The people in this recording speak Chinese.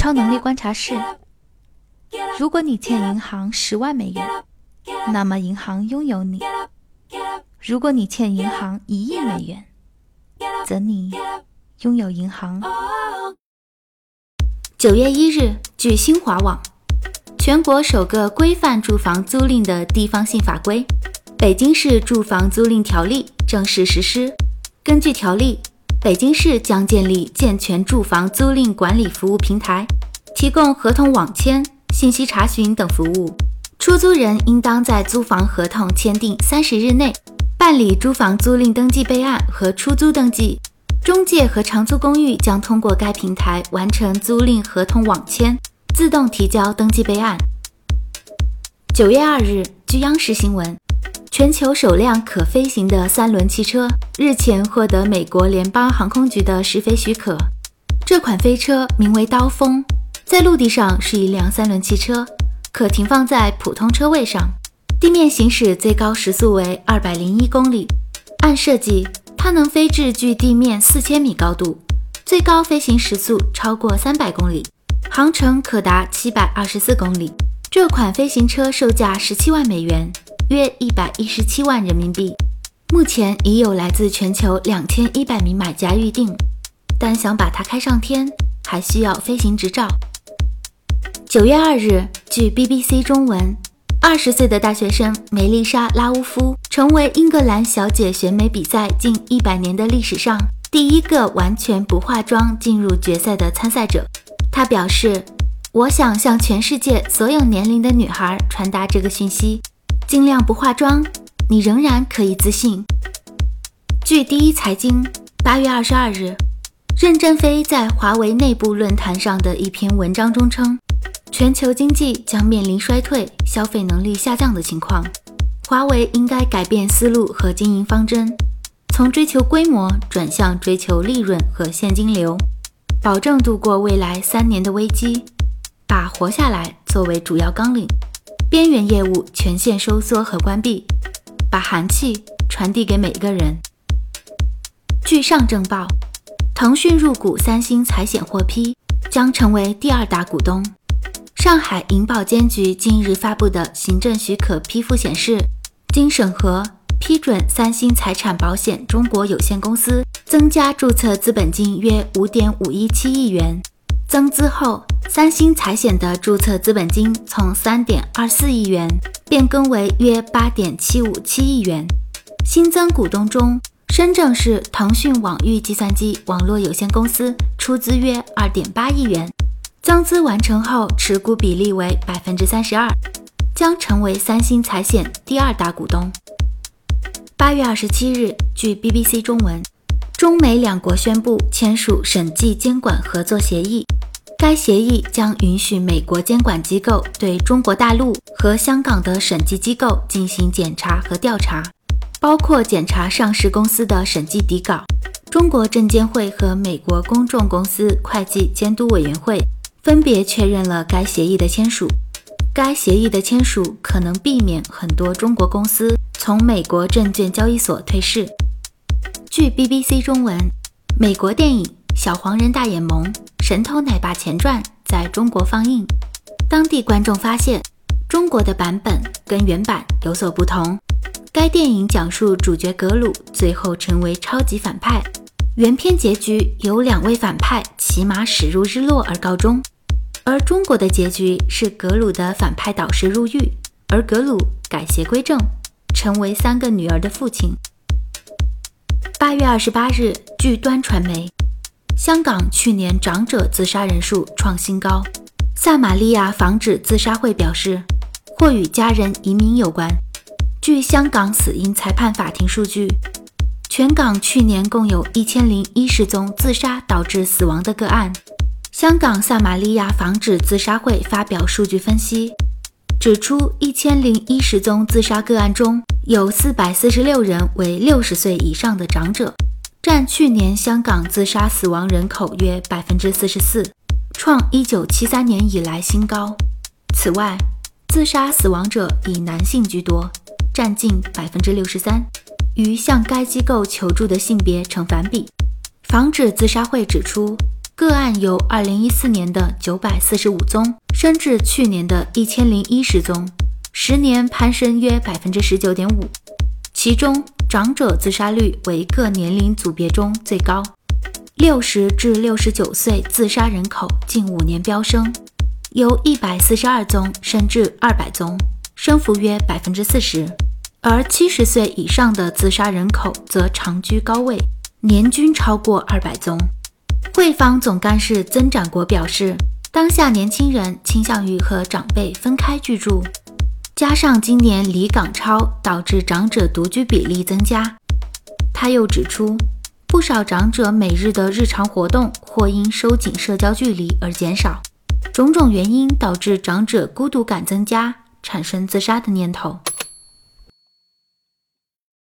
超能力观察室。如果你欠银行10万美元，那么银行拥有你；如果你欠银行1亿美元，则你拥有银行。 9月1日，据新华网，全国首个规范住房租赁的地方性法规《北京市住房租赁条例》正式实施。根据条例，北京市将建立健全住房租赁管理服务平台，提供合同网签、信息查询等服务。出租人应当在租房合同签订30日内办理租房租赁登记备案和出租登记。中介和长租公寓将通过该平台完成租赁合同网签，自动提交登记备案。9月2日，据央视新闻，全球首辆可飞行的3轮汽车日前获得美国联邦航空局的试飞许可。这款飞车名为刀锋，在陆地上是一辆3轮汽车，可停放在普通车位上，地面行驶最高时速为201公里。按设计，它能飞至距地面4000米高度，最高飞行时速超过300公里，航程可达724公里。这款飞行车售价17万美元，约117万人民币。目前已有来自全球2100名买家预定，但想把它开上天，还需要飞行执照。9月2日，据 BBC 中文，20岁的大学生梅丽莎·拉乌夫成为英格兰小姐选美比赛近100年的历史上第一个完全不化妆进入决赛的参赛者。她表示，我想向全世界所有年龄的女孩传达这个讯息，尽量不化妆，你仍然可以自信。据第一财经8月22日，任正非在华为内部论坛上的一篇文章中称，全球经济将面临衰退、消费能力下降的情况，华为应该改变思路和经营方针，从追求规模转向追求利润和现金流，保证度过未来3年的危机，把活下来作为主要纲领，边缘业务全线收缩和关闭，把寒气传递给每一个人。据上证报，腾讯入股三星财险获批，将成为第2大股东。上海银保监局近日发布的行政许可批复显示，经审核批准三星财产保险中国有限公司增加注册资本金约 5.517 亿元。增资后，三星财险的注册资本金从 3.24 亿元变更为约 8.757 亿元。新增股东中，深圳市腾讯网域计算机网络有限公司出资约 2.8 亿元。增资完成后，持股比例为 32%， 将成为三星财险第2大股东。8月27日，据 BBC 中文，中美两国宣布签署审计监管合作协议，该协议将允许美国监管机构对中国大陆和香港的审计机构进行检查和调查，包括检查上市公司的审计底稿。中国证监会和美国公众公司会计监督委员会分别确认了该协议的签署。该协议的签署可能避免很多中国公司从美国证券交易所退市。据 BBC 中文，美国电影《小黄人大眼萌：神偷奶爸前传》在中国放映，当地观众发现中国的版本跟原版有所不同。该电影讲述主角格鲁最后成为超级反派，原片结局由2位反派骑马驶入日落而告终，而中国的结局是格鲁的反派导师入狱，而格鲁改邪归正，成为3个女儿的父亲。8月28日，据端传媒，香港去年长者自杀人数创新高。撒玛利亚防止自杀会表示，或与家人移民有关。据香港死因裁判法庭数据，全港去年共有1010宗自杀导致死亡的个案。香港撒玛利亚防止自杀会发表数据分析，指出1010宗自杀个案中，有446人为60岁以上的长者，占去年香港自杀死亡人口约 44%， 创1973年以来新高。此外，自杀死亡者以男性居多，占近 63%， 与向该机构求助的性别成反比。防止自杀会指出， 个案由2014年的945宗升至去年的1010宗，10年攀升约 19.5%。其中长者自杀率为各年龄组别中最高，60至69岁自杀人口近5年飙升，由142宗升至200宗，升幅约 40%， 而70岁以上的自杀人口则长居高位，年均超过200宗。慧方总干事曾展国表示，当下年轻人倾向于和长辈分开居住，加上今年离港超导致长者独居比例增加。他又指出，不少长者每日的日常活动或因收紧社交距离而减少，种种原因导致长者孤独感增加，产生自杀的念头。